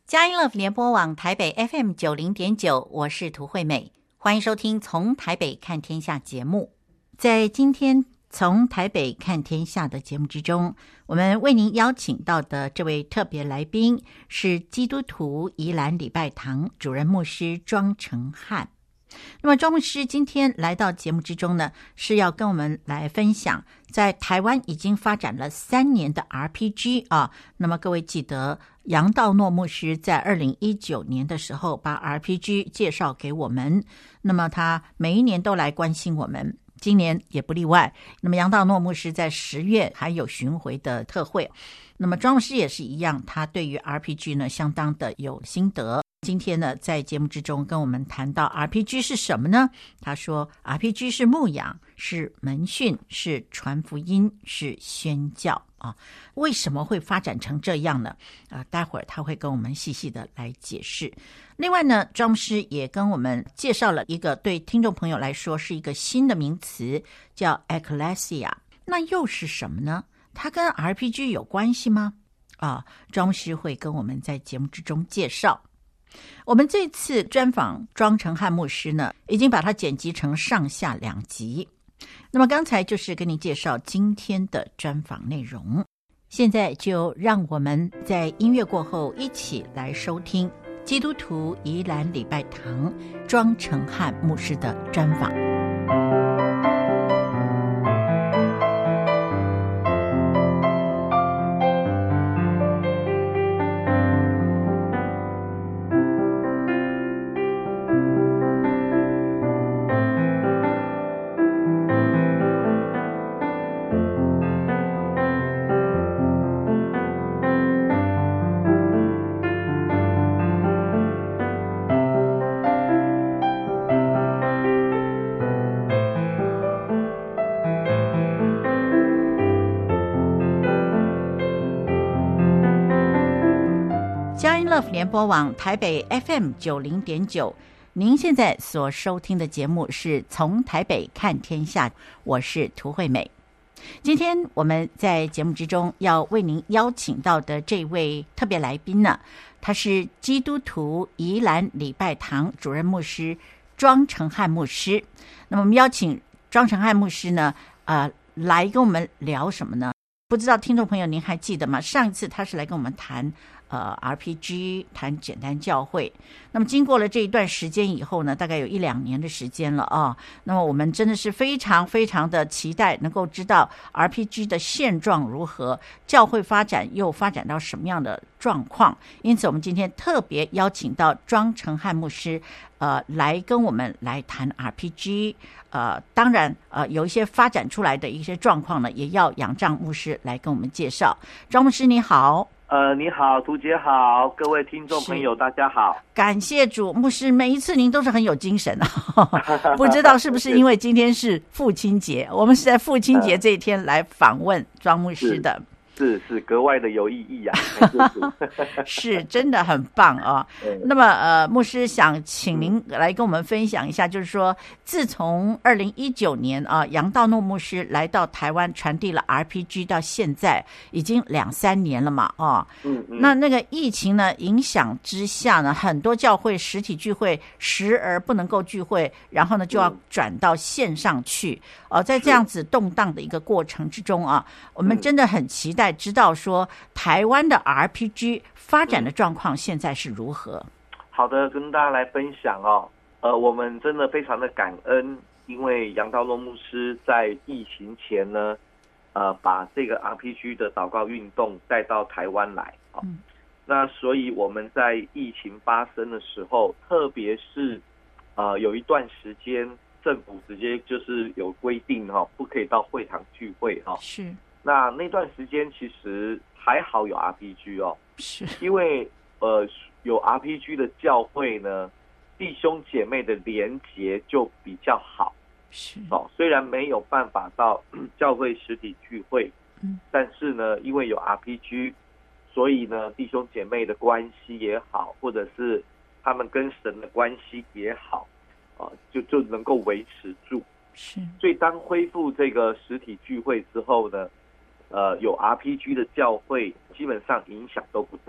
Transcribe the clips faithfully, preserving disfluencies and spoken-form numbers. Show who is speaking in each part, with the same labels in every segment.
Speaker 1: 佳音 Love 联播网台北 F M 九零点九，我是涂惠美，欢迎收听从台北看天下节目。在今天从台北看天下的节目之中，我们为您邀请到的这位特别来宾是基督徒宜兰礼拜堂主任牧师庄成汉。那么庄牧师今天来到节目之中呢，是要跟我们来分享在台湾已经发展了三年的 R P G 啊。那么各位记得杨道诺牧师在二零一九年的时候把 R P G 介绍给我们，那么他每一年都来关心我们，今年也不例外。那么杨道诺牧师在十月还有巡回的特会，那么庄牧师也是一样，他对于 R P G 呢相当的有心得。今天呢在节目之中跟我们谈到 R P G 是什么呢？他说 R P G 是牧养，是门训，是传福音，是宣教啊。为什么会发展成这样呢？啊，待会儿他会跟我们细细的来解释。另外呢，庄牧师也跟我们介绍了一个对听众朋友来说是一个新的名词，叫 Ecclesia。 那又是什么呢？它跟 R P G 有关系吗？啊，庄牧师会跟我们在节目之中介绍。我们这次专访庄成汉牧师呢，已经把它剪辑成上下两集。那么刚才就是跟您介绍今天的专访内容，现在就让我们在音乐过后一起来收听基督徒宜兰礼拜堂庄成汉牧师的专访。佳音 Love 联播网台北 F M 九零点九，您现在所收听的节目是从台北看天下，我是涂惠美。今天我们在节目之中要为您邀请到的这位特别来宾呢，他是基督徒宜兰礼拜堂主任牧师庄成汉牧师。那么我们邀请庄成汉牧师呢，呃，来跟我们聊什么呢？不知道听众朋友您还记得吗？上一次他是来跟我们谈呃 R P G， 谈简单教会。那么经过了这一段时间以后呢，大概有一两年的时间了啊。那么我们真的是非常非常的期待能够知道 R P G 的现状如何，教会发展又发展到什么样的状况。因此我们今天特别邀请到庄成汉牧师呃，来跟我们来谈 R P G。呃，当然呃，有一些发展出来的一些状况呢，也要仰仗牧师来跟我们介绍。庄牧师你好。
Speaker 2: 呃，你好，涂姐好，各位听众朋友大家好。
Speaker 1: 感谢主，牧师每一次您都是很有精神啊。不知道是不是因为今天是父亲节，我们是在父亲节这一天来访问庄牧师的。
Speaker 2: 是是格外的有意义啊。
Speaker 1: 是真的很棒啊。那么呃，牧师想请您来跟我们分享一下，就是说自从二零一九年啊，杨道诺牧师来到台湾传递了 R P G 到现在已经两三年了嘛啊。嗯嗯。那那个疫情呢影响之下呢，很多教会实体聚会时而不能够聚会，然后呢就要转到线上去。呃，在这样子动荡的一个过程之中啊，我们真的很期待知道说台湾的 R P G 发展的状况现在是如何。
Speaker 2: 好的，跟大家来分享哦。呃，我们真的非常的感恩，因为杨道诺牧师在疫情前呢，呃，把这个 R P G 的祷告运动带到台湾来哦。嗯、那所以我们在疫情发生的时候，特别是呃有一段时间，政府直接就是有规定哈、哦，不可以到会堂聚会哈、哦。
Speaker 1: 是。那
Speaker 2: 那段时间其实还好有 R P G 哦，
Speaker 1: 是
Speaker 2: 因为呃有 R P G 的教会呢，弟兄姐妹的连结就比较好。
Speaker 1: 是
Speaker 2: 哦，虽然没有办法到教会实体聚会，
Speaker 1: 嗯，
Speaker 2: 但是呢，因为有 R P G， 所以呢，弟兄姐妹的关系也好，或者是他们跟神的关系也好，啊、呃，就就能够维持住。
Speaker 1: 是，
Speaker 2: 所以当恢复这个实体聚会之后呢，呃，有 R P G 的教会基本上影响都不大。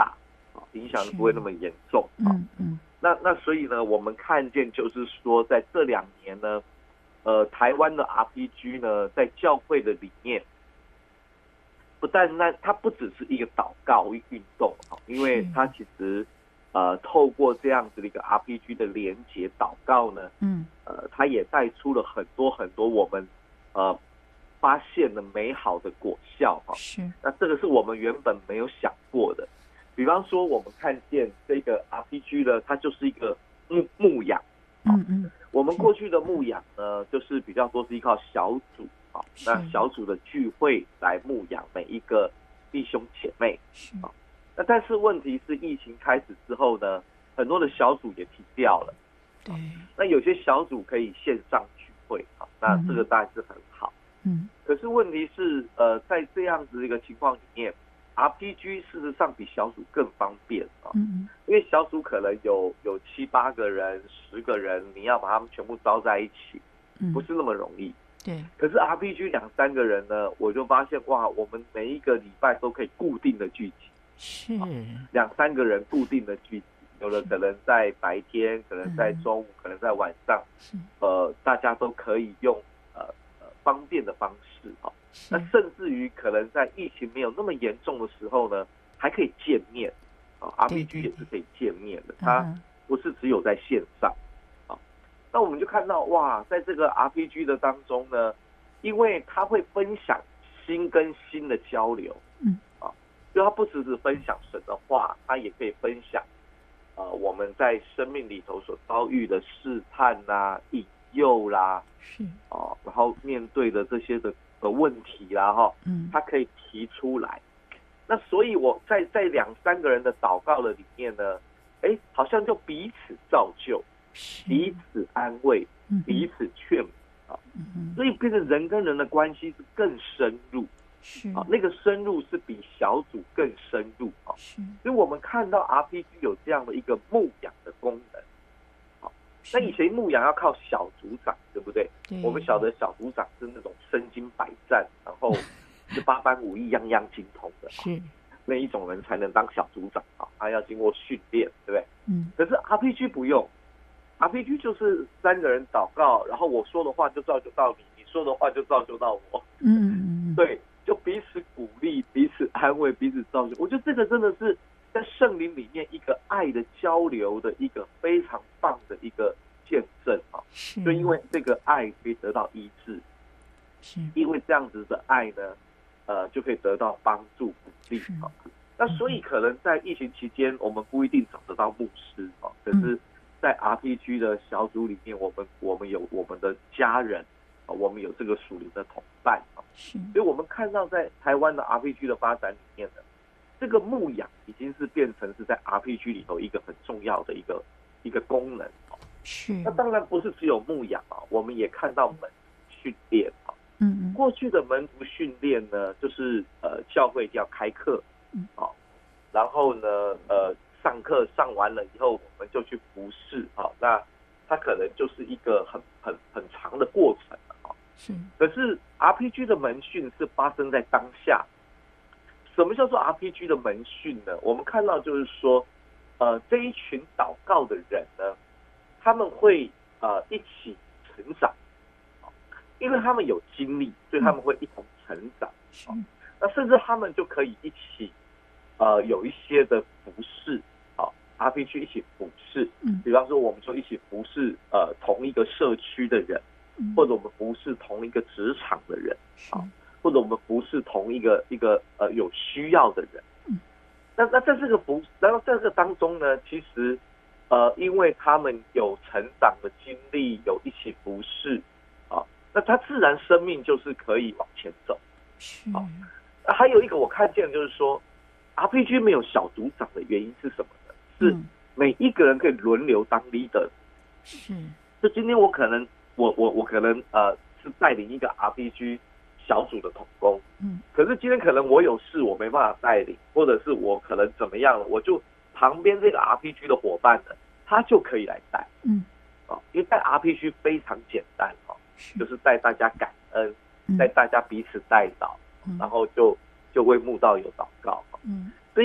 Speaker 2: 影响不会那么严重。
Speaker 1: 嗯嗯，
Speaker 2: 那那所以呢，我们看见就是说，在这两年呢，呃，台湾的 R P G 呢，在教会的理念，不但那它不只是一个祷告运动，因为它其实呃透过这样子的一个 R P G 的连结祷告呢，
Speaker 1: 嗯，
Speaker 2: 呃，它也带出了很多很多我们呃发现了美好的果效哈。
Speaker 1: 是，
Speaker 2: 那这个是我们原本没有想过的。比方说，我们看见这个 R P G 呢，它就是一个牧牧养。
Speaker 1: 嗯嗯，
Speaker 2: 我们过去的牧养呢，就是比较多是依靠小组啊，那小组的聚会来牧养每一个弟兄姐妹啊。那但是问题是，疫情开始之后呢，很多的小组也停掉了。
Speaker 1: 对。
Speaker 2: 那有些小组可以线上聚会啊，那这个当然是很好。
Speaker 1: 嗯。
Speaker 2: 可是问题是，呃，在这样子的一个情况里面，R P G 事实上比小组更方便啊，
Speaker 1: 嗯，
Speaker 2: 因为小组可能有有七八个人、十个人，你要把他们全部招在一起，不是那么容易。
Speaker 1: 对。可
Speaker 2: 是 R P G 两三个人呢，我就发现哇，我们每一个礼拜都可以固定的聚集，
Speaker 1: 是
Speaker 2: 两三个人固定的聚集，有的可能在白天，可能在中午，可能在晚上，呃，大家都可以用呃呃方便的方式啊。那甚至于可能在疫情没有那么严重的时候呢，还可以见面啊 ，R P G 也是可以见面的，它不是只有在线上啊。那我们就看到哇，在这个 R P G 的当中呢，因为它会分享心跟心的交流，
Speaker 1: 嗯
Speaker 2: 啊，就它不只是分享神的话，它也可以分享呃我们在生命里头所遭遇的试探啦、引诱啦，
Speaker 1: 是
Speaker 2: 哦，然后面对的这些的。的问题啦，哈，
Speaker 1: 嗯，
Speaker 2: 他可以提出来。那所以我在在两三个人的祷告的里面呢，哎，好像就彼此造就，彼此安慰，
Speaker 1: 嗯、
Speaker 2: 彼此劝啊、
Speaker 1: 嗯，
Speaker 2: 所以变成人跟人的关系是更深入，
Speaker 1: 是
Speaker 2: 啊，那个深入是比小组更深入啊。
Speaker 1: 是，
Speaker 2: 所以我们看到 R P G 有这样的一个牧养的功能。那以前牧养要靠小组长，对不对？对，我们晓得小组长是那种身经百战，然后是八般武艺样样精通的，
Speaker 1: 是
Speaker 2: 那一种人才能当小组长啊，他要经过训练，对不对？
Speaker 1: 嗯。
Speaker 2: 可是 R P G 不用 ，R P G 就是三个人祷告，然后我说的话就造就到你，你说的话就造就到我。
Speaker 1: 嗯嗯。
Speaker 2: 对，就彼此鼓励，彼此安慰，彼此造就。我觉得这个真的是。在圣灵里面，一个爱的交流的一个非常棒的一个见证啊！就因为这个爱可以得到医治，
Speaker 1: 是
Speaker 2: 因为这样子的爱呢，呃，就可以得到帮助鼓励啊。那所以可能在疫情期间，我们不一定找得到牧师啊，可是，在 R P G 的小组里面，我们我们有我们的家人啊，我们有这个属灵的同伴啊，所以我们看到在台湾的 R P G 的发展里面呢。这个牧养已经是变成是在 R P G 里头一个很重要的一个一个功能
Speaker 1: 是。
Speaker 2: 那当然不是只有牧养啊，我们也看到门训练啊。
Speaker 1: 嗯嗯。
Speaker 2: 过去的门徒训练呢，就是呃教会要开课，
Speaker 1: 嗯，
Speaker 2: 好，然后呢呃上课上完了以后，我们就去服侍啊。那它可能就是一个很很很长的过程啊。
Speaker 1: 是。
Speaker 2: 可是 R P G 的门训是发生在当下。什么叫做 R P G 的门训呢？我们看到就是说，呃，这一群祷告的人呢，他们会呃一起成长，因为他们有经历，所以他们会一同成长。
Speaker 1: 嗯、
Speaker 2: 那甚至他们就可以一起呃有一些的服侍，好 ，R P G 一起服侍。
Speaker 1: 嗯，
Speaker 2: 比方说，我们说一起服侍呃同一个社区的人，
Speaker 1: 嗯、
Speaker 2: 或者我们服侍同一个职场的人，好。或者我们服侍同一个一个呃有需要的人，
Speaker 1: 嗯，
Speaker 2: 那那在这个服，然后在这个当中呢，其实呃，因为他们有成长的经历，有一起服侍啊，那他自然生命就是可以往前走。
Speaker 1: 好，
Speaker 2: 那还有一个我看见就是说 ，R P G 没有小组长的原因是什么呢？是每一个人可以轮流当 leader。
Speaker 1: 是，
Speaker 2: 就今天我可能我我我可能呃是带领一个 R P G。小组的同工，
Speaker 1: 嗯，
Speaker 2: 可是今天可能我有事，我没办法带领，或者是我可能怎么样了，我就旁边这个 R P G 的伙伴呢，他就可以来带，
Speaker 1: 嗯，
Speaker 2: 啊，因为带 R P G 非常简单哈，就是带大家感恩，带大家彼此代祷，然后就就为慕道友祷告，
Speaker 1: 嗯，
Speaker 2: 所以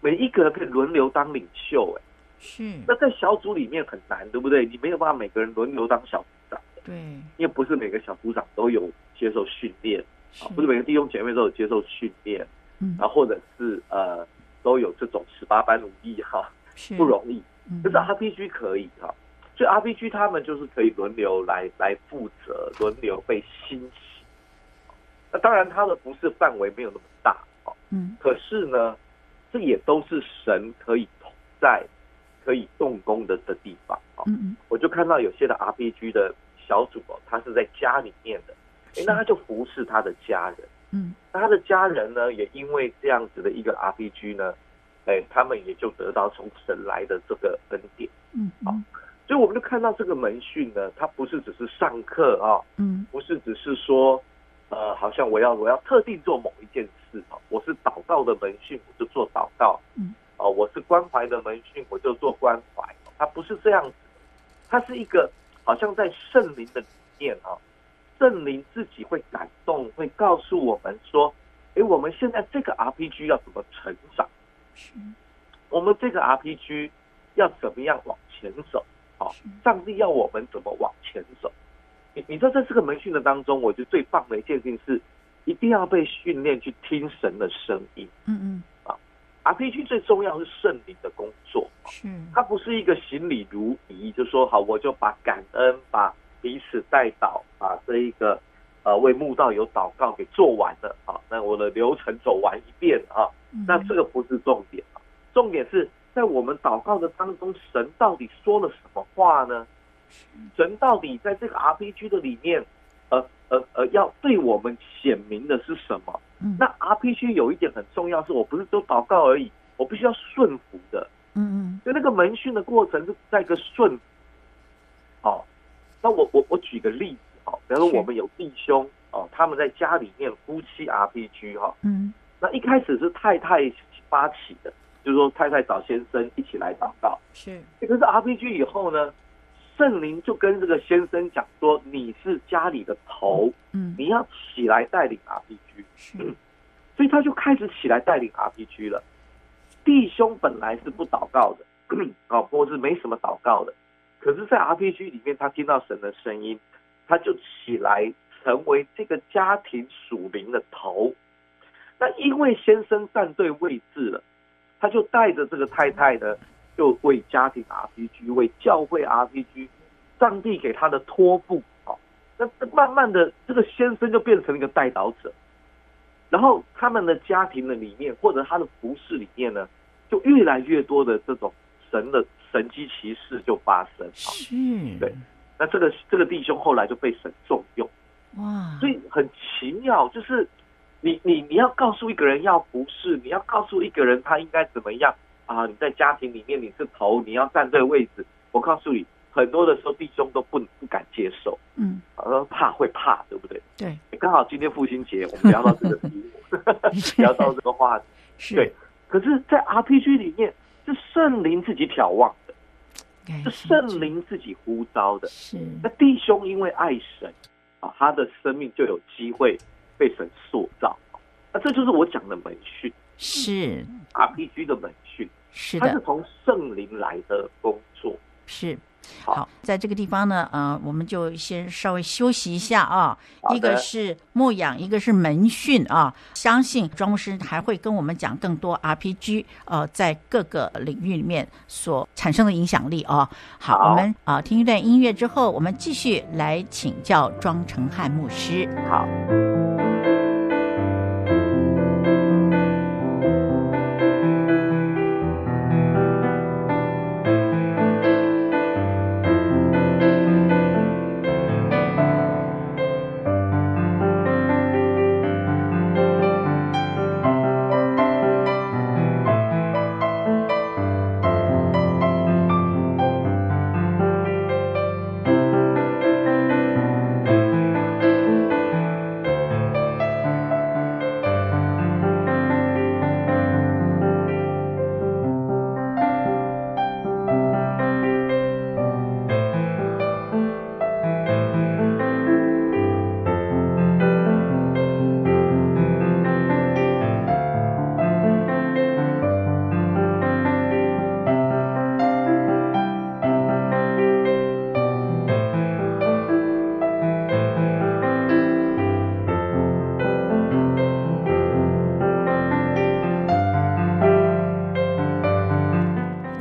Speaker 2: 每一个人可以轮流当领袖，哎，
Speaker 1: 是。
Speaker 2: 那在小组里面很难，对不对？你没有办法每个人轮流当小组长，
Speaker 1: 对，
Speaker 2: 因为不是每个小组长都有接受训练，啊，不是每个弟兄姐妹都有接受训练，嗯，啊，或者是呃都有这种十八般武艺哈，不容易。可是 R P G 可以哈，所以 R P G 他们就是可以轮流来来负责，轮流被兴起。那当然，它的服事范围没有那么大，嗯，可是呢，这也都是神可以同在、可以动工的的地方。嗯嗯，我就看到有些的 R P G 的小组哦，他是在家里面的，哎，那他就服侍他的家人。嗯，那他的家人呢，也因为这样子的一个 R P G 呢，哎，他们也就得到从神来的这个恩典。嗯，好，所以我们就看到这个门训呢，它不是只是上课啊，嗯，不是只是说。呃，好像我要我要特定做某一件事啊，我是祷告的门训，我就做祷告，嗯，哦、呃，我是关怀的门训，我就做关怀，它不是这样子，它是一个好像在圣灵的里面啊，圣灵自己会感动，会告诉我们说，哎，我们现在这个 R P G 要怎么成长？是，我们这个 R P G 要怎么样往前走？好、哦，上帝要我们怎么往前走？你你知道在这个门训的当中，我觉得最棒的一件事情是，一定要被训练去听神的声音。嗯嗯。啊 ，R P G 最重要是圣灵的工作，是它不是一个行礼如仪，就说好我就把感恩、把彼此代祷、把这一个呃为慕道友祷告给做完了啊，那我的流程走完一遍啊，那这个不是重点啊，重点是在我们祷告的当中，神到底说了什么话呢？神到底在这个 R P G 的里面，呃呃呃，要对我们显明的是什么？嗯、那 R P G 有一点很重要，是我不是只有祷告而已，我必须要顺服的。嗯嗯，所以那个门训的过程是在一个顺服。好、哦，那我我我举个例子哦，比方说我们有弟兄哦，他们在家里面夫妻 R P G 哈、哦，嗯，那一开始是太太发起的，就是说太太找先生一起来祷告，是，可是 R P G 以后呢？圣灵就跟这个先生讲说：“你是家里的头，嗯，你要起来带领 R P G。嗯”所以他就开始起来带领 R P G 了。弟兄本来是不祷告的，哦，或是没什么祷告的，可是，在 R P G 里面，他听到神的声音，他就起来成为这个家庭属灵的头。那因为先生站对位置了，他就带着这个太太呢。就为家庭 R P G， 为教会 R P G， 上帝给他的托付，好，那慢慢的这个先生就变成一个带导者，然后他们的家庭的里面或者他的服事里面呢，就越来越多的这种神的神迹奇事就发生，是，对，那这个这个弟兄后来就被神重用，哇，所以很奇妙，就是你你你要告诉一个人要服事，你要告诉一个人他应该怎么样。啊，你在家庭里面你是头，你要站对位置。我告诉你，很多的时候弟兄都不不敢接受，嗯，呃，怕会怕，对不对？对，刚好今天父亲节，我们聊到这个题目，聊到这个话题，对。可是，在 R P G 里面，是圣灵自己眺望的，是圣灵自己呼召的。是，那弟兄因为爱神啊，他的生命就有机会被神塑造。那这就是我讲的门训。是 R P G 的门训，是的，它是从圣灵来的工作。是，好，
Speaker 1: 在这个地方呢，呃，我们就先稍微休息一下啊。一个是牧养，一个是门训啊。相信庄牧师还会跟我们讲更多 R P G 呃，在各个领域里面所产生的影响力啊。好，好我们啊、呃、听一段音乐之后，我们继续来请教庄成汉牧师。
Speaker 2: 好。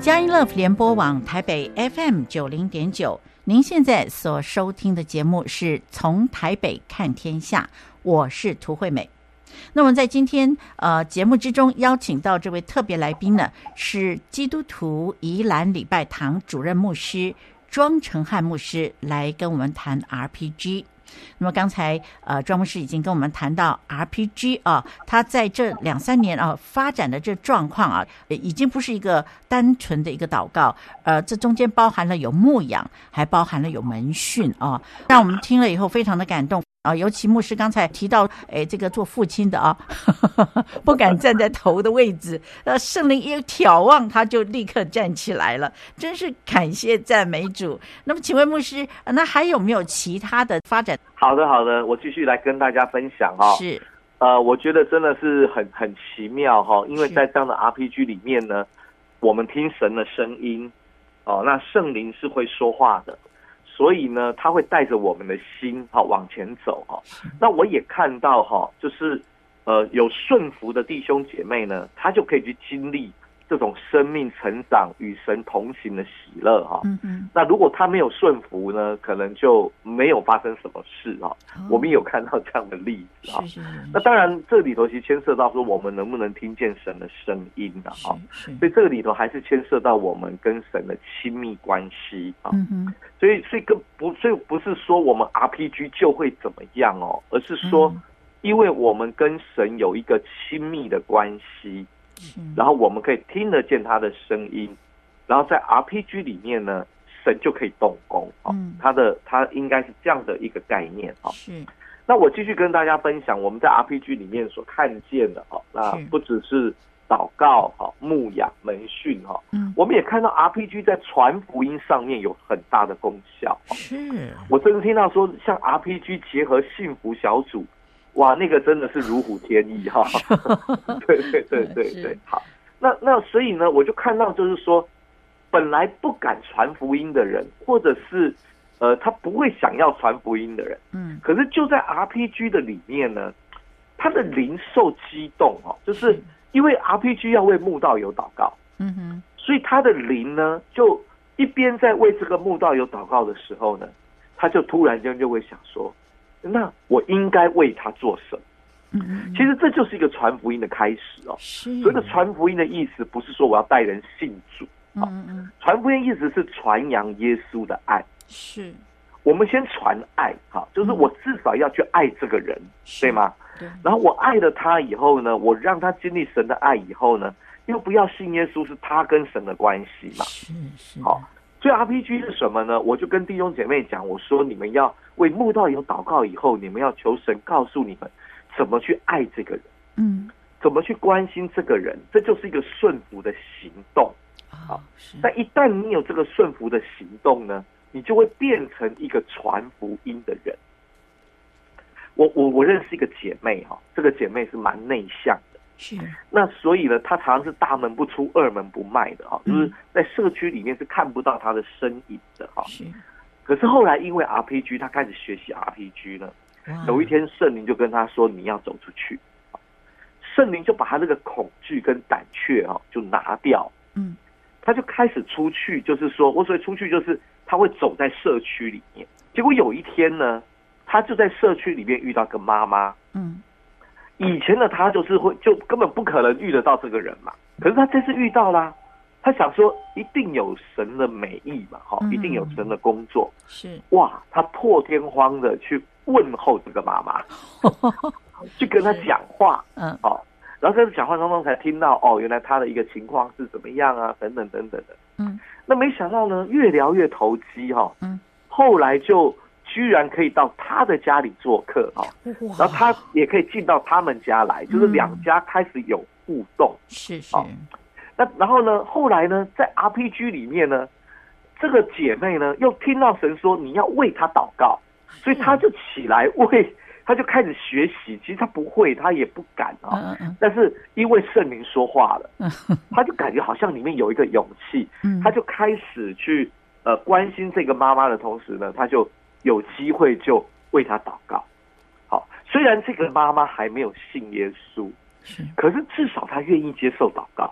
Speaker 1: 佳音 Love 联播网台北 F M 九零点九，您现在所收听的节目是从台北看天下，我是涂惠美。那么在今天呃节目之中邀请到这位特别来宾呢，是基督徒宜兰礼拜堂主任牧师庄成汉牧师，来跟我们谈 R P G。那么刚才呃庄牧师已经跟我们谈到 R P G 啊，它在这两三年啊发展的这状况啊，已经不是一个单纯的一个祷告，呃，这中间包含了有牧养，还包含了有门训啊，让我们听了以后非常的感动。啊，尤其牧师刚才提到，哎，这个做父亲的啊，不敢站在头的位置，呃，圣灵一眺望，他就立刻站起来了，真是感谢赞美主。那么，请问牧师，那还有没有其他的发展？
Speaker 2: 好的，好的，我继续来跟大家分享哈、哦。
Speaker 1: 是，
Speaker 2: 呃，我觉得真的是很很奇妙哈、哦，因为在这样的 R P G 里面呢，我们听神的声音，哦，那圣灵是会说话的。所以呢，他会带着我们的心哈、哦、往前走哈、哦。那我也看到哈、哦，就是呃有顺服的弟兄姐妹呢，他就可以去经历这种生命成长与神同行的喜乐哈、哦。嗯嗯。那如果他没有顺服呢，可能就没有发生什么事哈、哦。哦、我们有看到这样的例子哈、哦。是是是。那当然，这里头其实牵涉到说我们能不能听见神的声音的哈、哦。所以这个里头还是牵涉到我们跟神的亲密关系啊。嗯哼。所以，所以跟不，所以不是说我们 R P G 就会怎么样哦，而是说，因为我们跟神有一个亲密的关系，然后我们可以听得见他的声音，然后在 R P G 里面呢，神就可以动工哦。他的他应该是这样的一个概念哦。是。那我继续跟大家分享我们在 R P G 里面所看见的哦，那不只是祷告哈、牧养、门训哈，嗯，我们也看到 R P G 在传福音上面有很大的功效。是，我真的听到说，像 R P G 结合幸福小组，哇，那个真的是如虎添翼哈。对对对对对，好，那那所以呢，我就看到就是说，本来不敢传福音的人，或者是呃他不会想要传福音的人，嗯，可是就在 R P G 的里面呢，他的灵受激动哦，就是。因为 R P G 要为慕道友祷告，嗯哼，所以他的灵呢，就一边在为这个慕道友祷告的时候呢，他就突然间就会想说，那我应该为他做什么？嗯，其实这就是一个传福音的开始哦。是，所以的传福音的意思不是说我要带人信主，嗯嗯，传福音意思是传扬耶稣的爱。是，我们先传爱，哈，就是我至少要去爱这个人，对吗？然后我爱了他以后呢，我让他经历神的爱以后呢，又不要信耶稣是他跟神的关系嘛。是是。好，所以 R P G 是什么呢？我就跟弟兄姐妹讲，我说你们要为慕道友祷告以后，你们要求神告诉你们怎么去爱这个人，嗯，怎么去关心这个人，这就是一个顺服的行动。好，但一旦你有这个顺服的行动呢，你就会变成一个传福音的人。我我我认识一个姐妹哈，这个姐妹是蛮内向的，是。那所以呢，她常常是大门不出二门不迈的哈，就是在社区里面是看不到她的身影的哈。是。可是后来因为 R P G， 她开始学习 R P G 呢，有一天圣灵就跟她说：“你要走出去。”圣灵就把她这个恐惧跟胆怯哈就拿掉，嗯，她就开始出去，就是说，我所谓出去就是她会走在社区里面。结果有一天呢，他就在社区里面遇到个妈妈，嗯，以前的他就是会就根本不可能遇得到这个人嘛，可是他这次遇到啦，他想说一定有神的美意嘛，哈、嗯，一定有神的工作，是哇，他破天荒的去问候这个妈妈，去跟他讲话，嗯，好，然后在讲话当中才听到哦，原来他的一个情况是怎么样啊，等等等等的，嗯，那没想到呢，越聊越投机哈，嗯，后来就。居然可以到他的家里做客哈，然后他也可以进到他们家来，就是两家开始有互动。是是。那然后呢，后来呢，在 R P G 里面呢，这个姐妹呢又听到神说你要为他祷告，所以他就起来为，他就开始学习。其实他不会，他也不敢啊。但是因为圣灵说话了，他就感觉好像里面有一个勇气，他就开始去呃关心这个妈妈的同时呢，他就。有机会就为他祷告。好，虽然这个妈妈还没有信耶稣，可是至少她愿意接受祷告。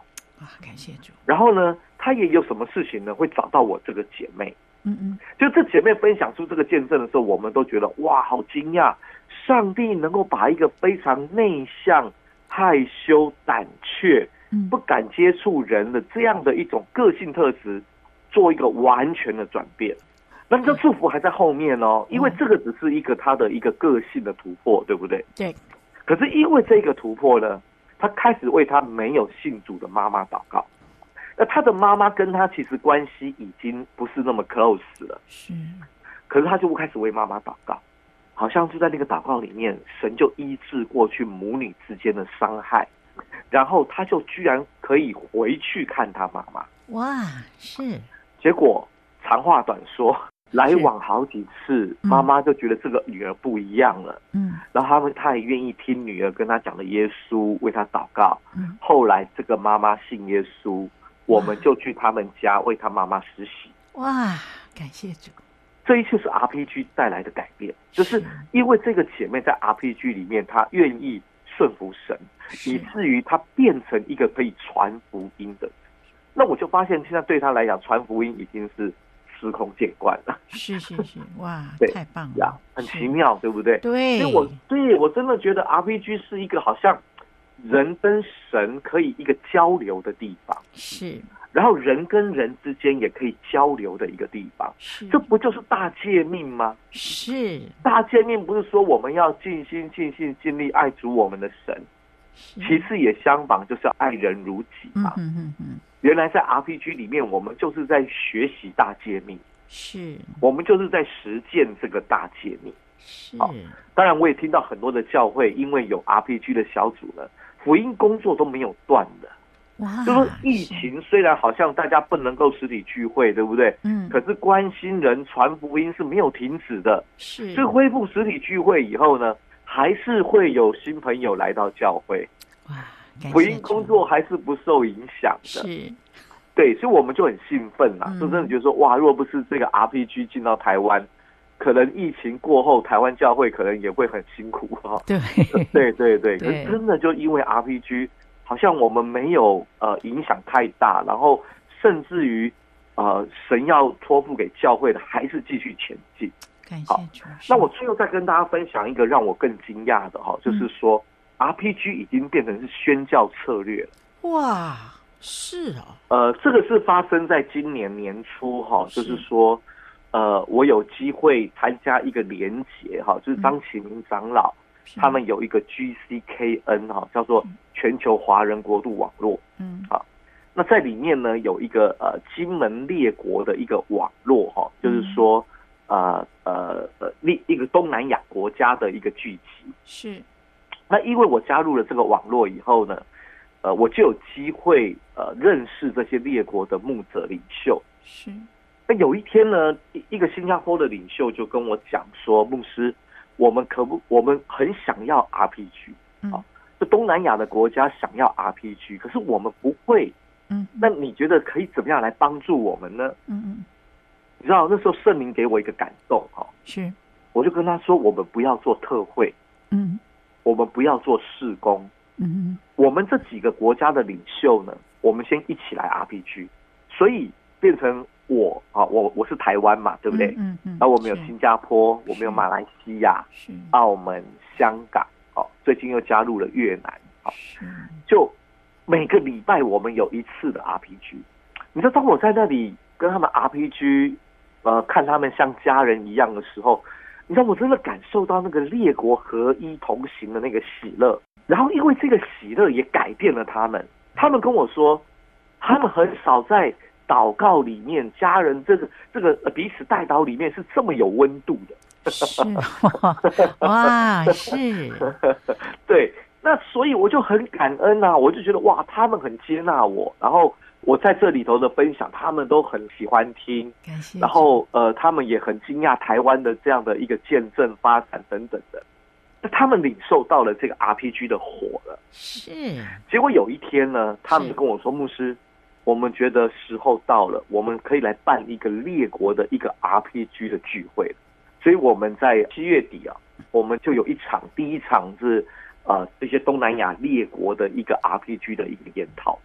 Speaker 1: 哇，感谢主。
Speaker 2: 然后呢，他也有什么事情呢，会找到我这个姐妹。
Speaker 1: 嗯嗯，
Speaker 2: 就这姐妹分享出这个见证的时候，我们都觉得哇，好惊讶！上帝能够把一个非常内向、害羞、胆怯、不敢接触人的这样的一种个性特质，做一个完全的转变。那这祝福还在后面哦，因为这个只是一个他的一个个性的突破，对不对？
Speaker 1: 对。
Speaker 2: 可是因为这个突破呢，他开始为他没有信主的妈妈祷告。那他的妈妈跟他其实关系已经不是那么 close 了，
Speaker 1: 是。
Speaker 2: 可是他就开始为妈妈祷告，好像就在那个祷告里面，神就医治过去母女之间的伤害，然后他就居然可以回去看他妈妈。
Speaker 1: 哇，是。
Speaker 2: 结果长话短说，来往好几次，妈妈就觉得这个女儿不一样了。嗯，然后他们他也愿意听女儿跟他讲的耶稣，为他祷告。嗯，后来这个妈妈信耶稣，我们就去他们家为他妈妈施洗。
Speaker 1: 哇，感谢主！
Speaker 2: 这一切是 R P G 带来的改变，就是因为这个姐妹在 R P G 里面，她愿意顺服神，以至于她变成一个可以传福音的人。那我就发现，现在对她来讲，传福音已经是司空见惯了。
Speaker 1: 是是是，哇，太棒了
Speaker 2: 呀，很奇妙，对不对？
Speaker 1: 对，
Speaker 2: 所以我对我真的觉得 R P G 是一个好像人跟神可以一个交流的地方，
Speaker 1: 是，
Speaker 2: 然后人跟人之间也可以交流的一个地方，
Speaker 1: 是，
Speaker 2: 这不就是大诫命吗？
Speaker 1: 是，
Speaker 2: 大诫命不是说我们要尽心尽性尽力爱主我们的神，其次也相仿，就是要爱人如己嘛。嗯嗯嗯。原来在 R P G 里面，我们就是在学习大诫命，
Speaker 1: 是，
Speaker 2: 我们就是在实践这个大诫命。
Speaker 1: 是，
Speaker 2: 当然我也听到很多的教会，因为有 R P G 的小组呢，福音工作都没有断的。哇，就说疫情虽然好像大家不能够实体聚会，对不对？嗯，可是关心人传福音是没有停止的。是，所以恢复实体聚会以后呢，还是会有新朋友来到教会。哇，福音工作还是不受影响的。是，对，所以我们就很兴奋啦，就真的觉得说，哇，若不是这个 R P G 进到台湾，可能疫情过后，台湾教会可能也会很辛苦哈。对，对对对，可是真的就因为 R P G。好像我们没有呃影响太大，然后甚至于呃神要托付给教会的，还是继续前进。
Speaker 1: 感谢主。
Speaker 2: 那我最后再跟大家分享一个让我更惊讶的哈，就是说、嗯、R P G 已经变成是宣教策略了。
Speaker 1: 哇，是啊。
Speaker 2: 呃，这个是发生在今年年初哈，就是说呃我有机会参加一个联结哈，就是张启明长老。他们有一个 G C K N 哈，叫做全球华人国度网络。嗯，好，那在里面呢有一个呃金门列国的一个网络哈，就是说呃呃呃一一个东南亚国家的一个聚集。是。那因为我加入了这个网络以后呢，呃，我就有机会呃认识这些列国的牧者领袖。是。那有一天呢，一一个新加坡的领袖就跟我讲说，牧师。我们可不，我们很想要 R P G， 啊，就东南亚的国家想要 R P G， 可是我们不会，嗯，那你觉得可以怎么样来帮助我们呢？嗯嗯，你知道那时候圣灵给我一个感动，哈，是，我就跟他说，我们不要做特会，嗯，我们不要做事工，嗯，我们这几个国家的领袖呢，我们先一起来 R P G， 所以变成。我啊，我我是台湾嘛，对不对？嗯嗯。然后我们有新加坡，我们有马来西亚、澳门、香港，哦，最近又加入了越南，好，就每个礼拜我们有一次的 R P G。你知道，当我在那里跟他们 R P G， 呃，看他们像家人一样的时候，你知道，我真的感受到那个列国合一同行的那个喜乐。然后，因为这个喜乐也改变了他们，他们跟我说，他们很少在。祷告里面，家人这个这个彼此代祷里面是这么有温度的，
Speaker 1: 是哇，是，
Speaker 2: 对，那所以我就很感恩啊，我就觉得哇，他们很接纳我，然后我在这里头的分享，他们都很喜欢听，
Speaker 1: 感谢，
Speaker 2: 然后呃，他们也很惊讶台湾的这样的一个见证发展等等的，那他们领受到了这个 R P G 的火了，
Speaker 1: 是，
Speaker 2: 结果有一天呢，他们跟我说，牧师。我们觉得时候到了，我们可以来办一个列国的一个 R P G 的聚会了。所以我们在七月底啊，我们就有一场，第一场是呃这些东南亚列国的一个 R P G 的一个研讨会。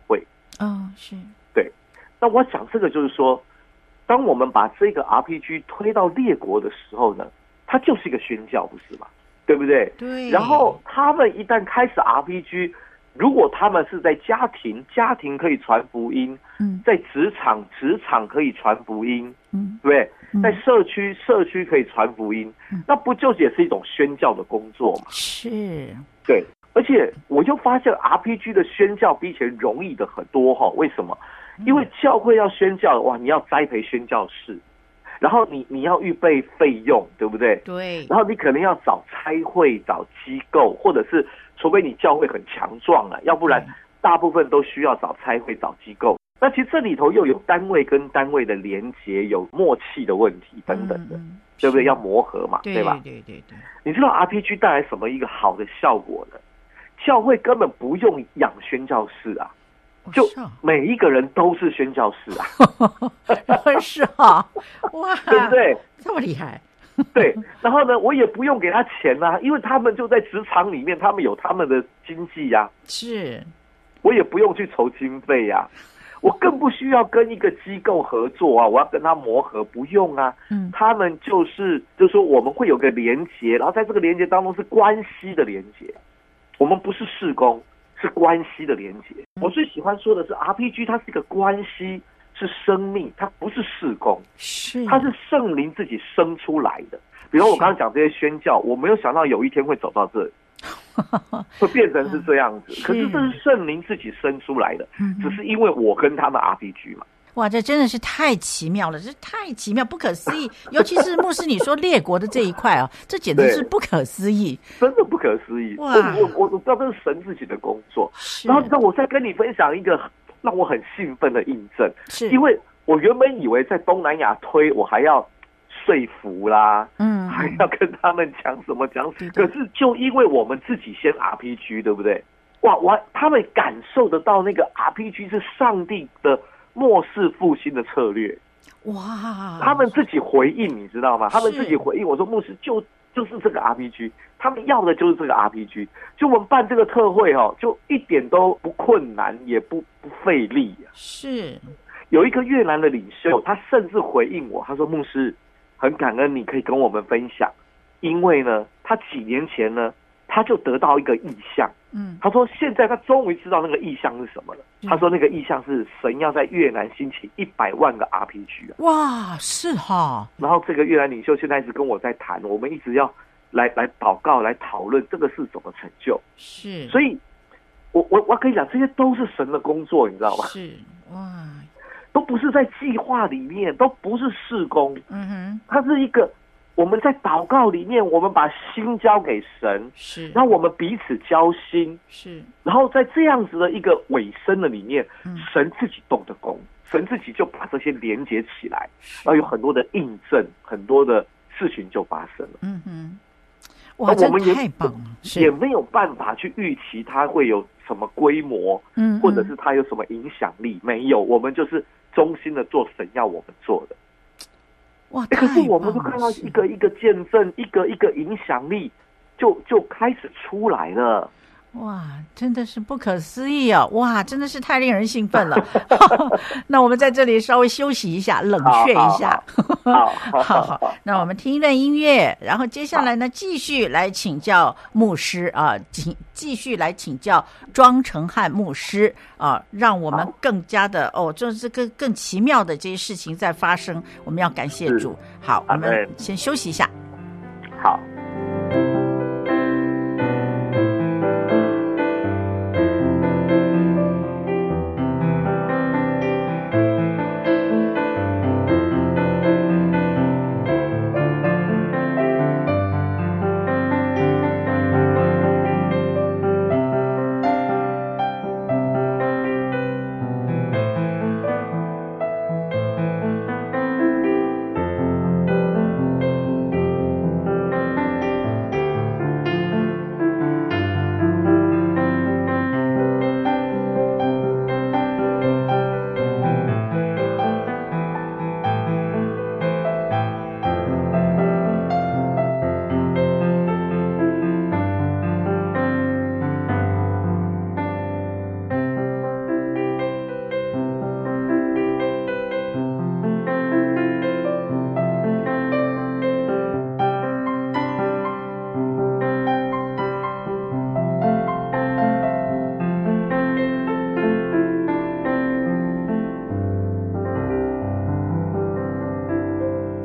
Speaker 1: 哦，是。
Speaker 2: 对，那我想这个就是说，当我们把这个 R P G 推到列国的时候呢，它就是一个宣教，不是吗？对不对？
Speaker 1: 对。
Speaker 2: 然后他们一旦开始 R P G， 如果他们是在家庭，家庭可以传福音；嗯，在职场，职场可以传福音，嗯，对不对？嗯，在社区，社区可以传福音，嗯，那不就也是一种宣教的工作吗？
Speaker 1: 是，
Speaker 2: 对。而且我就发现 R P G 的宣教比以前容易的很多哈。为什么？因为教会要宣教，哇，你要栽培宣教士。然后你你要预备费用，对不对？
Speaker 1: 对。
Speaker 2: 然后你可能要找差会、找机构，或者是除非你教会很强壮了，要不然大部分都需要找差会、找机构。那其实这里头又有单位跟单位的连结，有默契的问题等等的，嗯、对不对？要磨合嘛，
Speaker 1: 对
Speaker 2: 对吧？
Speaker 1: 对对对。
Speaker 2: 你知道 R P G 带来什么一个好的效果呢？教会根本不用养宣教士啊。就每一个人都是宣教士啊，
Speaker 1: 是啊，哇，
Speaker 2: 对不对？
Speaker 1: 这么厉害，
Speaker 2: 对。然后呢，我也不用给他钱啊，因为他们就在职场里面，他们有他们的经济呀、啊。
Speaker 1: 是，
Speaker 2: 我也不用去筹经费呀、啊，我更不需要跟一个机构合作啊，我要跟他磨合，不用啊。嗯，他们就是就是说我们会有个连结，然后在这个连结当中是关系的连结，我们不是事工。是关系的连结。我最喜欢说的是 R P G 它是一个关系，是生命，它不是事工，
Speaker 1: 是
Speaker 2: 它是圣灵自己生出来的。比如我刚刚讲这些宣教，我没有想到有一天会走到这里，会变成是这样子。可是这是圣灵自己生出来的，只是因为我跟他们 R P G 嘛。
Speaker 1: 哇，这真的是太奇妙了，这太奇妙，不可思议。尤其是牧师你说列国的这一块啊，这简直是不可思议，
Speaker 2: 真的不可思议。哇，我我我知道这是神自己的工作。然后你知道我再跟你分享一个让我很兴奋的印证，是因为我原本以为在东南亚推，我还要说服啦，嗯，还要跟他们讲什么讲，可是就因为我们自己先 R P G， 对不对？哇，我他们感受得到那个 R P G 是上帝的末世复兴的策略，哇！他们自己回应，你知道吗？他们自己回应我说，牧师就就是这个 R P G， 他们要的就是这个 R P G。就我们办这个特会哦，就一点都不困难，也不不费力啊。
Speaker 1: 是，
Speaker 2: 有一个越南的领袖，他甚至回应我，他说：“牧师，很感恩你可以跟我们分享，因为呢，他几年前呢。”他就得到一个意象，嗯，他说现在他终于知道那个意象是什么了。嗯、他说那个意象是神要在越南兴起一百万个 R P G 啊！
Speaker 1: 哇，是哈。
Speaker 2: 然后这个越南领袖现在一直跟我在谈，我们一直要来来祷告、来讨论这个是怎么成就。
Speaker 1: 是，
Speaker 2: 所以我我我跟你讲，这些都是神的工作，你知道吗？
Speaker 1: 是，哇，
Speaker 2: 都不是在计划里面，都不是事工，嗯哼，它是一个。我们在祷告里面，我们把心交给神，
Speaker 1: 是，然
Speaker 2: 后我们彼此交心，
Speaker 1: 是，
Speaker 2: 然后在这样子的一个尾声的里面，嗯、神自己动的工，神自己就把这些连接起来，然后有很多的印证，很多的事情就发生了。
Speaker 1: 嗯哼，哇，我们也太棒了，
Speaker 2: 也没有办法去预期它会有什么规模，嗯，或者是它有什么影响力，没有，我们就是忠心的做神要我们做的。
Speaker 1: 哇！
Speaker 2: 可是我们就看到一个一个见证，一个一个影响力，就就开始出来了。
Speaker 1: 哇，真的是不可思议哦！哇，真的是太令人兴奋了。那我们在这里稍微休息一下，冷却一下。
Speaker 2: 好，
Speaker 1: 好，好，好。那我们听一段音乐，然后接下来呢，继续来请教牧师啊，继继续来请教庄成汉牧师啊，让我们更加的哦，就是更更奇妙的这些事情在发生。我们要感谢主。好，我们先休息一下。
Speaker 2: 好。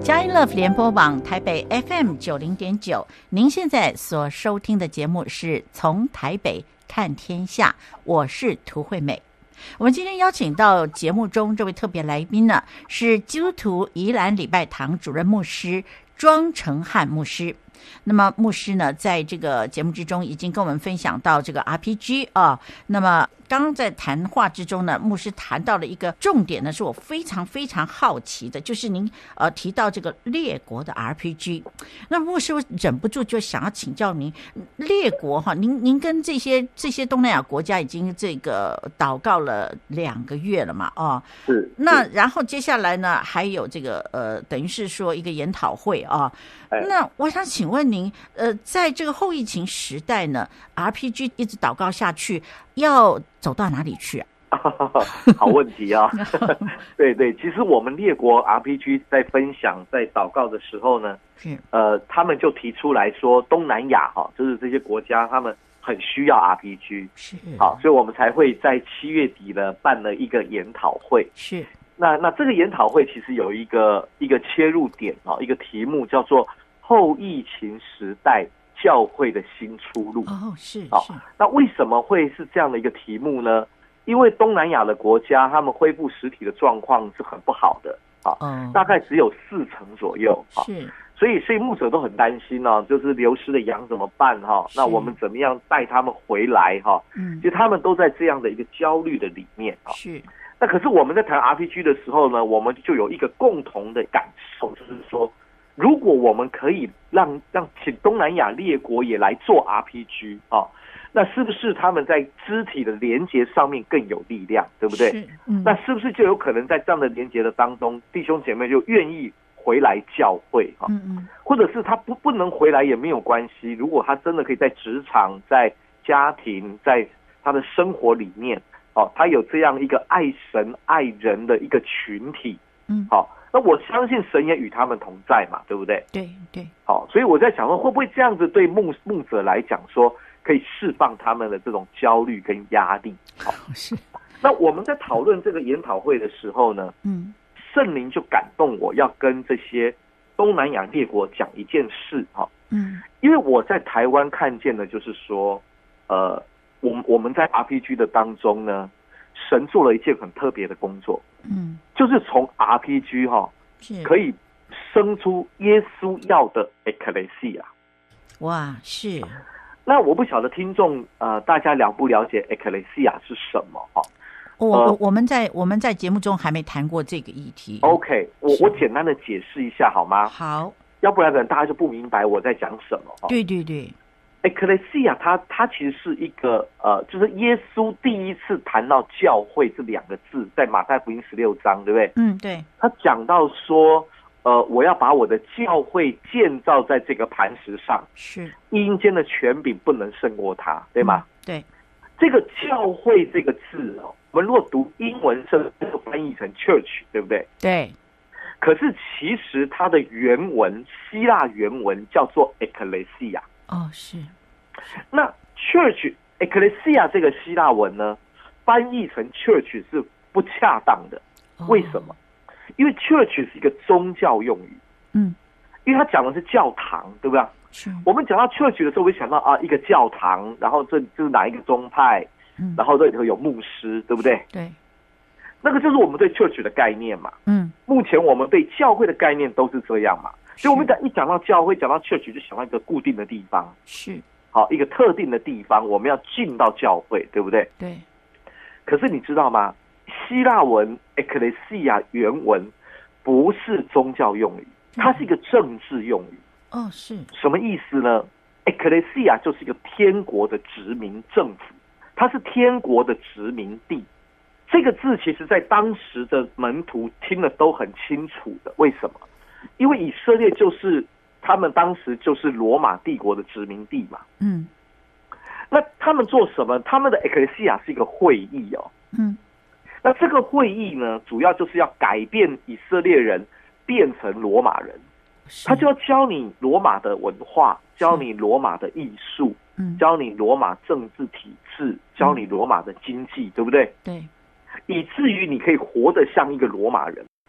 Speaker 1: 佳音 Love 联播网台北 F M 九零点九，您现在所收听的节目是从台北看天下，我是涂惠美。我们今天邀请到节目中这位特别来宾呢，是基督徒宜兰礼拜堂主任牧师庄成汉牧师。那么牧师呢，在这个节目之中已经跟我们分享到这个 R P G 啊。那么刚刚在谈话之中呢，牧师谈到了一个重点呢，是我非常非常好奇的，就是您呃提到这个列国的 R P G。那牧师我忍不住就想要请教您，列国哈，您您跟这些这些东南亚国家已经这个祷告了两个月了嘛？哦，
Speaker 2: 是。
Speaker 1: 那然后接下来呢，还有这个呃，等于是说一个研讨会啊。那我想请问您，呃，在这个后疫情时代呢 ，R P G 一直祷告下去，要走到哪里去啊？
Speaker 2: 好问题啊！对对，其实我们列国 R P G 在分享、在祷告的时候呢，是呃，他们就提出来说，东南亚哈，就是这些国家，他们很需要 R P G， 是好，所以我们才会在七月底呢办了一个研讨会。是那那这个研讨会其实有一个一个切入点啊，一个题目叫做后疫情时代教会的新出路。哦，是好，那为什么会是这样的一个题目呢？因为东南亚的国家，他们恢复实体的状况是很不好的啊，嗯、大概只有四成左右啊。是，所以所以牧者都很担心哦，就是流失的羊怎么办哈？那我们怎么样带他们回来哈？嗯，其实他们都在这样的一个焦虑的里面啊。是，那可是我们在谈 R P G 的时候呢，我们就有一个共同的感受，就是说，如果我们可以让让请东南亚列国也来做 R P G 啊。那是不是他们在肢体的连结上面更有力量，对不对？是嗯、那是不是就有可能在这样的连结的当中，弟兄姐妹就愿意回来教会哈？嗯嗯，或者是他不不能回来也没有关系，如果他真的可以在职场、在家庭、在他的生活里面，哦，他有这样一个爱神爱人的一个群体，嗯，好，那我相信神也与他们同在嘛，对不对？对对，好，所以我在想说，会不会这样子对牧牧者来讲说，可以释放他们的这种焦虑跟压力。好，是。那我们在讨论这个研讨会的时候呢，嗯，圣灵就感动我要跟这些东南亚列国讲一件事，哈，嗯，因为我在台湾看见的就是说，呃，我我们在 R P G 的当中呢，神做了一件很特别的工作，嗯，就是从 R P G 哈，是可以生出耶稣要的 Ecclesia。哇，是。那我不晓得听众呃，大家了不了解 Ecclesia 是什么哈？
Speaker 1: 我我我们在我们在节目中还没谈过这个议题。
Speaker 2: OK， 我我简单的解释一下好吗？
Speaker 1: 好，
Speaker 2: 要不然可能大家就不明白我在讲什么哈。
Speaker 1: 对对对
Speaker 2: ，Ecclesia 它它其实是一个呃，就是耶稣第一次谈到教会这两个字，在马太福音十六章，对不对？嗯，对。他讲到说。呃，我要把我的教会建造在这个磐石上，是阴间的权柄不能胜过它，对吗？嗯、对，这个教会这个字哦，我们如果读英文是翻译成 church， 对不对？对。可是其实它的原文希腊原文叫做 ecclesia。哦，是。那 church ecclesia 这个希腊文呢，翻译成 church 是不恰当的，哦、为什么？因为 church 是一个宗教用语，嗯，因为它讲的是教堂，对不对？是。我们讲到 church 的时候，会想到啊，一个教堂，然后这就是哪一个宗派，嗯，然后这里头有牧师，对不对？对。那个就是我们对 church 的概念嘛，嗯。目前我们对教会的概念都是这样嘛，所以我们讲一讲到教会，讲到 church 就想到一个固定的地方，是。好，一个特定的地方，我们要进到教会，对不对？对。可是你知道吗？希腊文 ecclesia 原文不是宗教用语，它是一个政治用语。哦，是什么意思呢？ ecclesia 就是一个天国的殖民政府，它是天国的殖民地。这个字其实在当时的门徒听了都很清楚的。为什么？因为以色列就是他们当时就是罗马帝国的殖民地嘛。嗯，那他们做什么？他们的 ecclesia 是一个会议哦。嗯。那这个会议呢，主要就是要改变以色列人变成罗马人，他就要教你罗马的文化，教你罗马的艺术，嗯，教你罗马政治体制，教你罗马的经济，对不对？对，以至于你可以活得像一个罗马人。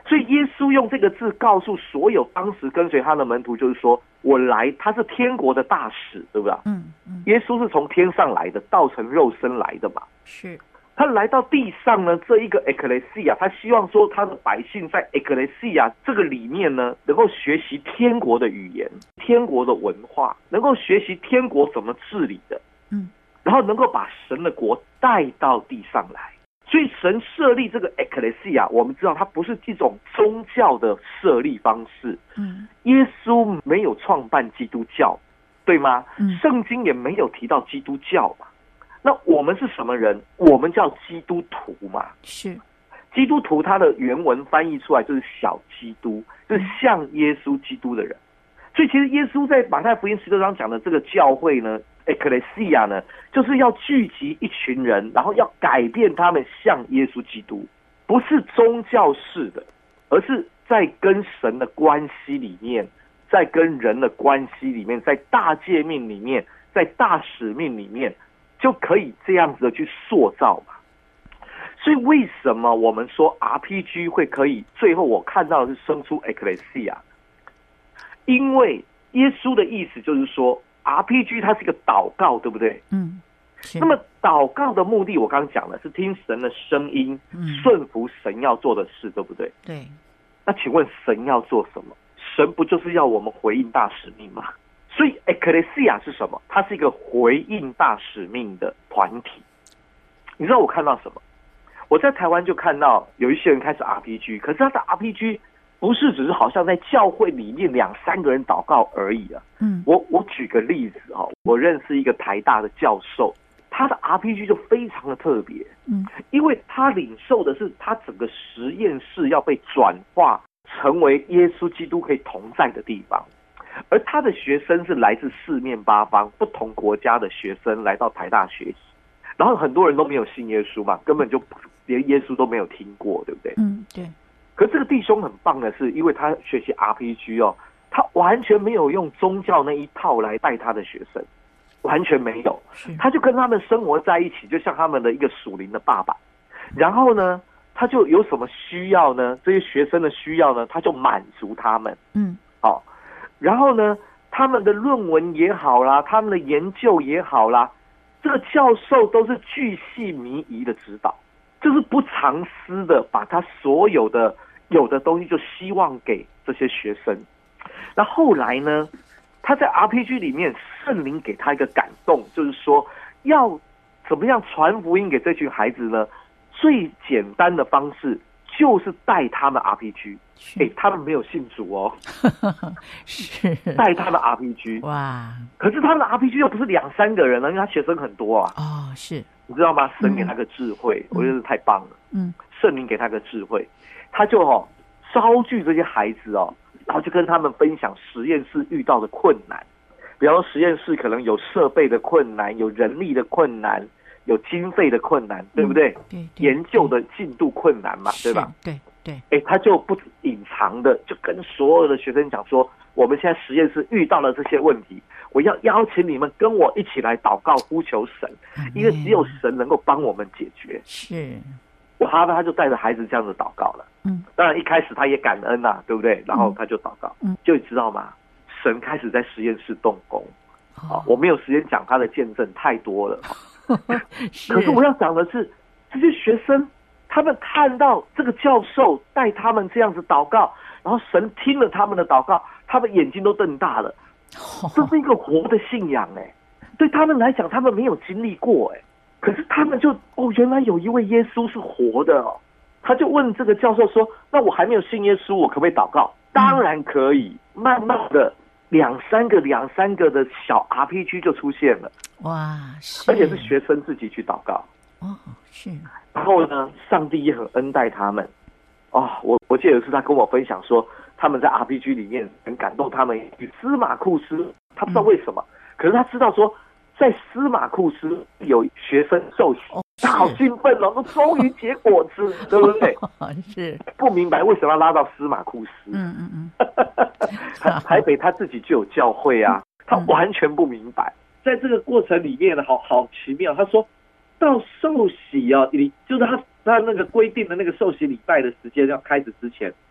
Speaker 2: 所以耶稣用这个字告诉所有当时跟随他的门徒，就是说我来，他是天国的大使，对不对？
Speaker 1: 嗯嗯，
Speaker 2: 耶稣是从天上来的，道成肉身来的嘛。
Speaker 1: 是。
Speaker 2: 他来到地上呢，这一个 ecclesia， 他希望说他的百姓在 ecclesia 这个里面呢，能够学习天国的语言、天国的文化，能够学习天国怎么治理的，
Speaker 1: 嗯，
Speaker 2: 然后能够把神的国带到地上来。所以神设立这个 ecclesia， 我们知道它不是一种宗教的设立方式。
Speaker 1: 嗯，
Speaker 2: 耶稣没有创办基督教，对吗？
Speaker 1: 嗯，
Speaker 2: 圣经也没有提到基督教嘛。那我们是什么人？我们叫基督徒嘛。
Speaker 1: 是。
Speaker 2: 基督徒他的原文翻译出来就是小基督，就是像耶稣基督的人。所以其实耶稣在马太福音十六章讲的这个教会呢 ecclesia 呢，就是要聚集一群人，然后要改变他们像耶稣基督，不是宗教式的，而是在跟神的关系里面，在跟人的关系里面，在大诫命里面，在大使命里面，就可以这样子的去塑造嘛。所以为什么我们说 R P G 会可以最后我看到的是生出 ecclesia？ 因为耶稣的意思就是说 R P G 它是一个祷告，对不对？
Speaker 1: 嗯。
Speaker 2: 那么祷告的目的我刚刚讲了，是听神的声音，
Speaker 1: 嗯，
Speaker 2: 顺服神要做的事，对不对？
Speaker 1: 对。
Speaker 2: 那请问神要做什么？神不就是要我们回应大使命吗？所以 ecclesia 是什么？它是一个回应大使命的团体。你知道我看到什么？我在台湾就看到有一些人开始 R P G， 可是他的 R P G 不是只是好像在教会里面两三个人祷告而已啊。
Speaker 1: 嗯，
Speaker 2: 我我举个例子哈，我认识一个台大的教授，他的 R P G 就非常的特别。
Speaker 1: 嗯，
Speaker 2: 因为他领受的是他整个实验室要被转化成为耶稣基督可以同在的地方，而他的学生是来自四面八方不同国家的学生来到台大学习，然后很多人都没有信耶稣嘛，根本就连耶稣都没有听过，对不对？
Speaker 1: 嗯，对。
Speaker 2: 可这个弟兄很棒的是，因为他学习 R P G 哦，他完全没有用宗教那一套来带他的学生，完全没有，他就跟他们生活在一起，就像他们的一个属灵的爸爸。然后呢，他就有什么需要呢？这些学生的需要呢，他就满足他们。
Speaker 1: 嗯，
Speaker 2: 好，然后呢，他们的论文也好啦，他们的研究也好啦，这个教授都是巨细靡遗的指导，就是不藏私的把他所有的有的东西就希望给这些学生。那后来呢，他在 R P G 里面，圣灵给他一个感动，就是说要怎么样传福音给这群孩子呢？最简单的方式就是带他们 R P G。哎，他们没有信主哦，
Speaker 1: 是
Speaker 2: 带他们 R P G。
Speaker 1: 哇！
Speaker 2: 可是他们的 R P G 又不是两三个人了，因为他学生很多啊。
Speaker 1: 哦，是，
Speaker 2: 你知道吗？神给他个智慧，
Speaker 1: 嗯、
Speaker 2: 我觉得太棒了。
Speaker 1: 嗯，
Speaker 2: 圣灵给他个智慧，他就哦招聚这些孩子哦，然后就跟他们分享实验室遇到的困难，比方说实验室可能有设备的困难，有人力的困难，有经费的困难，对不对？
Speaker 1: 嗯、对, 对，
Speaker 2: 研究的进度困难嘛，对吧？
Speaker 1: 对对。
Speaker 2: 哎，他就不隐藏的，就跟所有的学生讲说，我们现在实验室遇到了这些问题，我要邀请你们跟我一起来祷告呼求神，
Speaker 1: 嗯、
Speaker 2: 因为只有神能够帮我们解决。
Speaker 1: 是。
Speaker 2: 他他就带着孩子这样子祷告了。
Speaker 1: 嗯，
Speaker 2: 当然一开始他也感恩呐、啊，对不对？然后他就祷告。嗯，就你知道吗？神开始在实验室动工。哦，我没有时间讲他的见证，太多了。是可是我要讲的是，这些学生他们看到这个教授带他们这样子祷告，然后神听了他们的祷告，他们眼睛都瞪大了。哦、这是一个活的信仰哎、欸，对他们来讲，他们没有经历过哎、欸。可是他们就哦，原来有一位耶稣是活的哦。他就问这个教授说：“那我还没有信耶稣，我可不可以祷告？”当然可以。慢慢的，两三个、两三个的小 R P G 就出现了。
Speaker 1: 哇！
Speaker 2: 而且是学生自己去祷告。
Speaker 1: 哦，是。
Speaker 2: 然后呢，上帝也很恩待他们。哦，我我记得是他跟我分享说，他们在 R P G 里面很感动他们。与司马库斯，他不知道为什么，嗯、可是他知道说。在司马库斯有学生受洗，哦、他好兴奋哦，都终于结果子，对不对？
Speaker 1: 是
Speaker 2: 不明白为什么要拉到司马库斯？
Speaker 1: 嗯嗯嗯。
Speaker 2: 台北他自己就有教会啊，他完全不明白。嗯、在这个过程里面呢，好好奇妙。他说到受洗啊，你就是他他那个规定的那个受洗礼拜的时间要开始之前，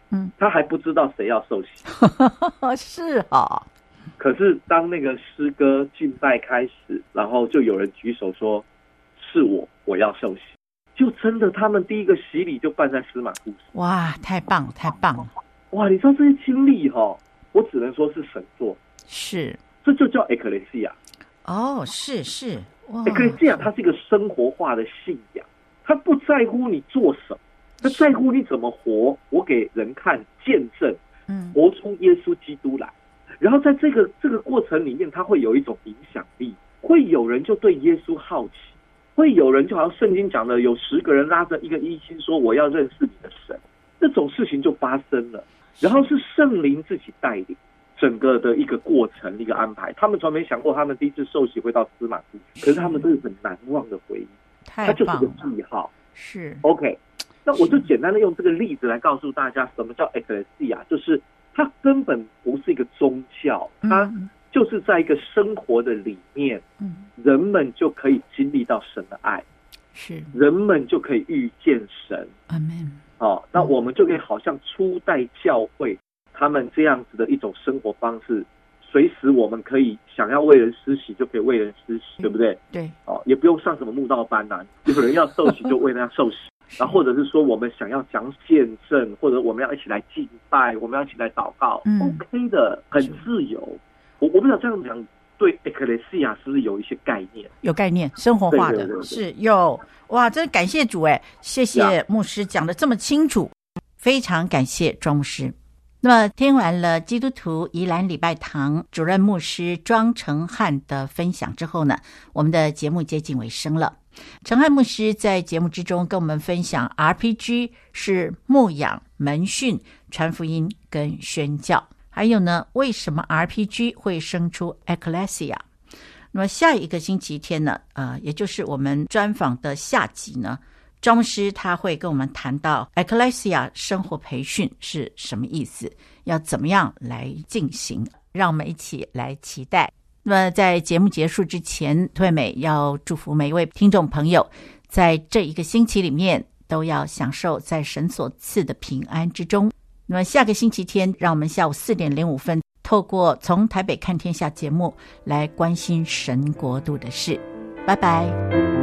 Speaker 2: 嗯，他还不知道谁要受洗。
Speaker 1: 是啊。
Speaker 2: 可是当那个诗歌敬拜开始，然后就有人举手说：“是我，我要受洗。”就真的，他们第一个洗礼就办在司马库斯。
Speaker 1: 哇，太棒，太棒了！
Speaker 2: 哇，你知道这些经历哈、哦，我只能说是神作。
Speaker 1: 是，
Speaker 2: 这就叫 ecclesia。
Speaker 1: 哦，是是。
Speaker 2: ecclesia 它是一个生活化的信仰，它不在乎你做什么，它在乎你怎么活。我给人看，见证，嗯，活出耶稣基督来。然后在这个这个过程里面，它会有一种影响力，会有人就对耶稣好奇，会有人就好像圣经讲的，有十个人拉着一个一心说我要认识你的神，这种事情就发生了。然后是圣灵自己带领整个的一个过程，一个安排。他们从来没想过他们第一次受洗会到司马库斯，可是他们都是很难忘的回忆。它就是个记号。
Speaker 1: 是
Speaker 2: OK， 那我就简单的用这个例子来告诉大家，什么叫 ecclesia， 就是它根本不是一个宗教，它就是在一个生活的里面，嗯，人们就可以经历到神的爱，
Speaker 1: 是
Speaker 2: 人们就可以遇见神。
Speaker 1: 阿们。
Speaker 2: 哦，那我们就可以好像初代教会他们这样子的一种生活方式，随时我们可以想要为人施洗就可以为人施洗，对不对？
Speaker 1: 对。
Speaker 2: 哦，也不用上什么慕道班啊，有人要受洗就为他受洗。然后或者是说我们想要讲见证，或者我们要一起来敬拜，我们要一起来祷告，嗯、OK 的，很自由。我我不知道这样讲对 ecclesia 是不是有一些概念？
Speaker 1: 有概念，生活化的。
Speaker 2: 对对对对，
Speaker 1: 是有。哇，真感谢主哎，谢谢牧师讲得这么清楚，非常感谢庄牧师。那么听完了基督徒宜兰礼拜堂主任牧师庄成汉的分享之后呢，我们的节目接近尾声了。成汉牧师在节目之中跟我们分享 R P G 是牧养、门训、传福音跟宣教，还有呢，为什么 R P G 会生出 ecclesia。 那么下一个星期天呢，呃，也就是我们专访的下集呢，庄牧师他会跟我们谈到 ecclesia 生活培训是什么意思，要怎么样来进行，让我们一起来期待。那么在节目结束之前，退美要祝福每一位听众朋友，在这一个星期里面都要享受在神所赐的平安之中。那么下个星期天，让我们下午四点零五分透过从台北看天下节目来关心神国度的事。拜拜。